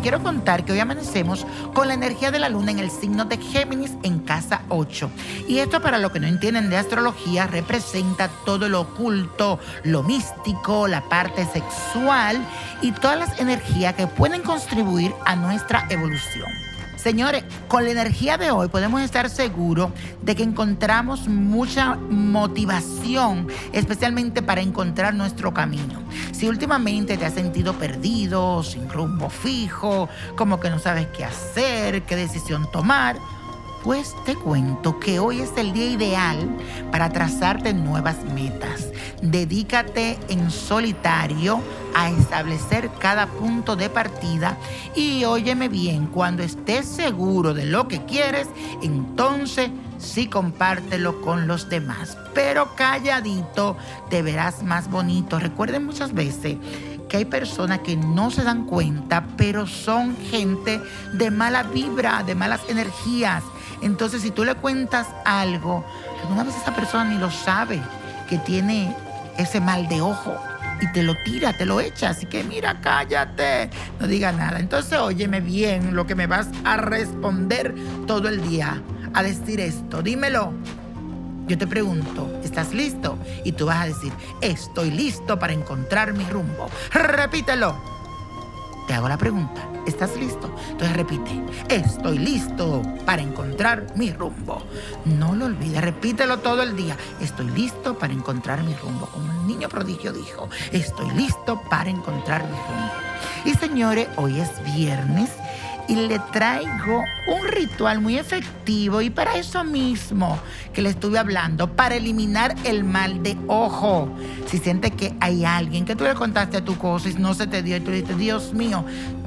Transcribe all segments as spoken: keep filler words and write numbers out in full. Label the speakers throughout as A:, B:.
A: quiero contar que hoy amanecemos con la energía de la luna en el signo de Géminis en casa ocho. Y esto, para los que no entienden de astrología, representa todo lo oculto, lo místico, la parte sexual y todas las energías que pueden contribuir a nuestra evolución. Señores, con la energía de hoy podemos estar seguros de que encontramos mucha motivación, especialmente para encontrar nuestro camino. Si últimamente te has sentido perdido, sin rumbo fijo, como que no sabes qué hacer, qué decisión tomar, pues te cuento que hoy es el día ideal para trazarte nuevas metas. Dedícate en solitario a establecer cada punto de partida y óyeme bien, cuando estés seguro de lo que quieres, entonces sí compártelo con los demás. Pero calladito te verás más bonito. Recuerden muchas veces que hay personas que no se dan cuenta, pero son gente de mala vibra, de malas energías. Entonces, si tú le cuentas algo, alguna vez esa persona ni lo sabe que tiene ese mal de ojo y te lo tira, te lo echa. Así que mira, cállate, no diga nada. Entonces, óyeme bien lo que me vas a responder todo el día, a decir esto. Dímelo. Yo te pregunto, ¿estás listo? Y tú vas a decir, estoy listo para encontrar mi rumbo. Repítelo. Te hago la pregunta, ¿estás listo? Entonces repite, estoy listo para encontrar mi rumbo. No lo olvides, repítelo todo el día. Estoy listo para encontrar mi rumbo. Como el niño prodigio dijo, estoy listo para encontrar mi rumbo. Y señores, hoy es viernes y le traigo un ritual muy efectivo y para eso mismo que le estuve hablando, para eliminar el mal de ojo. Si sientes que hay alguien que tú le contaste a tu cosa y no se te dio y tú dices, Dios mío,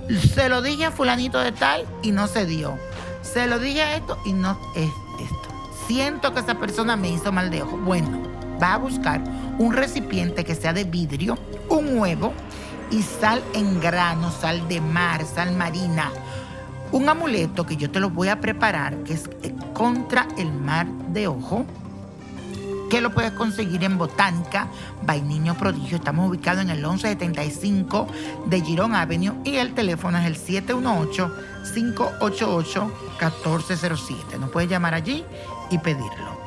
A: se lo dije a fulanito de tal y no se dio. Se lo dije a esto y no es esto. Siento que esa persona me hizo mal de ojo. Bueno, va a buscar un recipiente que sea de vidrio, un huevo y sal en grano, sal de mar, sal marina. Un amuleto que yo te lo voy a preparar, que es contra el mal de ojo, que lo puedes conseguir en Botánica by Niño Prodigio. Estamos ubicados en el once setenta y cinco de Girón Avenue y el teléfono es el siete uno ocho, cinco ocho ocho, uno cuatro cero siete. Nos puedes llamar allí y pedirlo.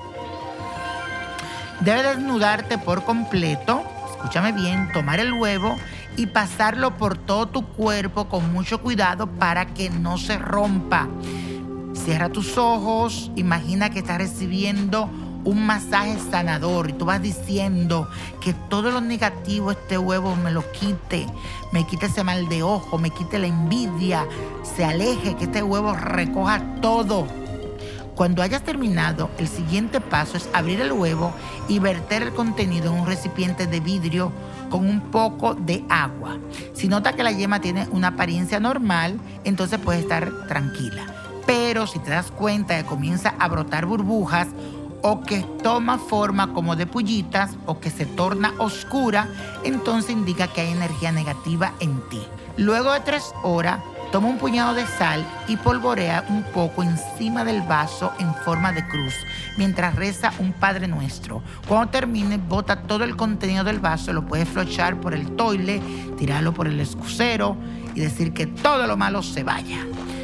A: Debes desnudarte por completo, escúchame bien, tomar el huevo y pasarlo por todo tu cuerpo con mucho cuidado para que no se rompa. Cierra tus ojos, imagina que estás recibiendo un masaje sanador y tú vas diciendo que todo lo negativo este huevo me lo quite, me quite ese mal de ojo, me quite la envidia, se aleje, que este huevo recoja todo. Cuando hayas terminado, el siguiente paso es abrir el huevo y verter el contenido en un recipiente de vidrio con un poco de agua. Si notas que la yema tiene una apariencia normal, entonces puedes estar tranquila. Pero si te das cuenta que comienza a brotar burbujas o que toma forma como de pullitas o que se torna oscura, entonces indica que hay energía negativa en ti. Luego de tres horas, toma un puñado de sal y polvorea un poco encima del vaso en forma de cruz, mientras reza un Padre Nuestro. Cuando termine, bota todo el contenido del vaso, lo puedes flochar por el toile, tirarlo por el excusero y decir que todo lo malo se vaya.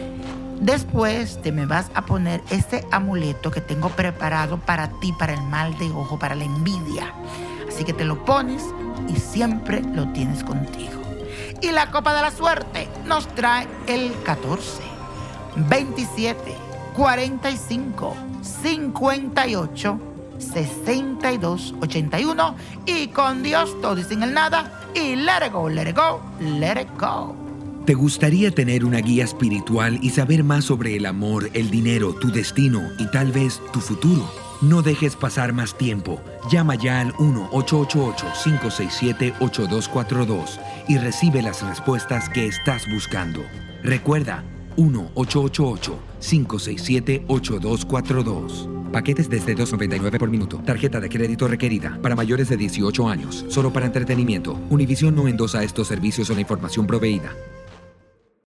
A: Después te me vas a poner ese amuleto que tengo preparado para ti, para el mal de ojo, para la envidia. Así que te lo pones y siempre lo tienes contigo. Y la copa de la suerte nos trae el catorce, veintisiete, cuarenta y cinco, cincuenta y ocho, sesenta y dos, ochenta y uno. Y con Dios todo y sin el nada. Y let it go, let it go, let it go.
B: ¿Te gustaría tener una guía espiritual y saber más sobre el amor, el dinero, tu destino y tal vez tu futuro? No dejes pasar más tiempo. Llama ya al uno ocho ocho ocho, cinco seis siete, ocho dos cuatro dos y recibe las respuestas que estás buscando. Recuerda, uno ocho ocho ocho, cinco seis siete, ocho dos cuatro dos. Paquetes desde dos noventa y nueve por minuto. Tarjeta de crédito requerida para mayores de dieciocho años. Solo para entretenimiento. Univision no endosa estos servicios o la información proveída.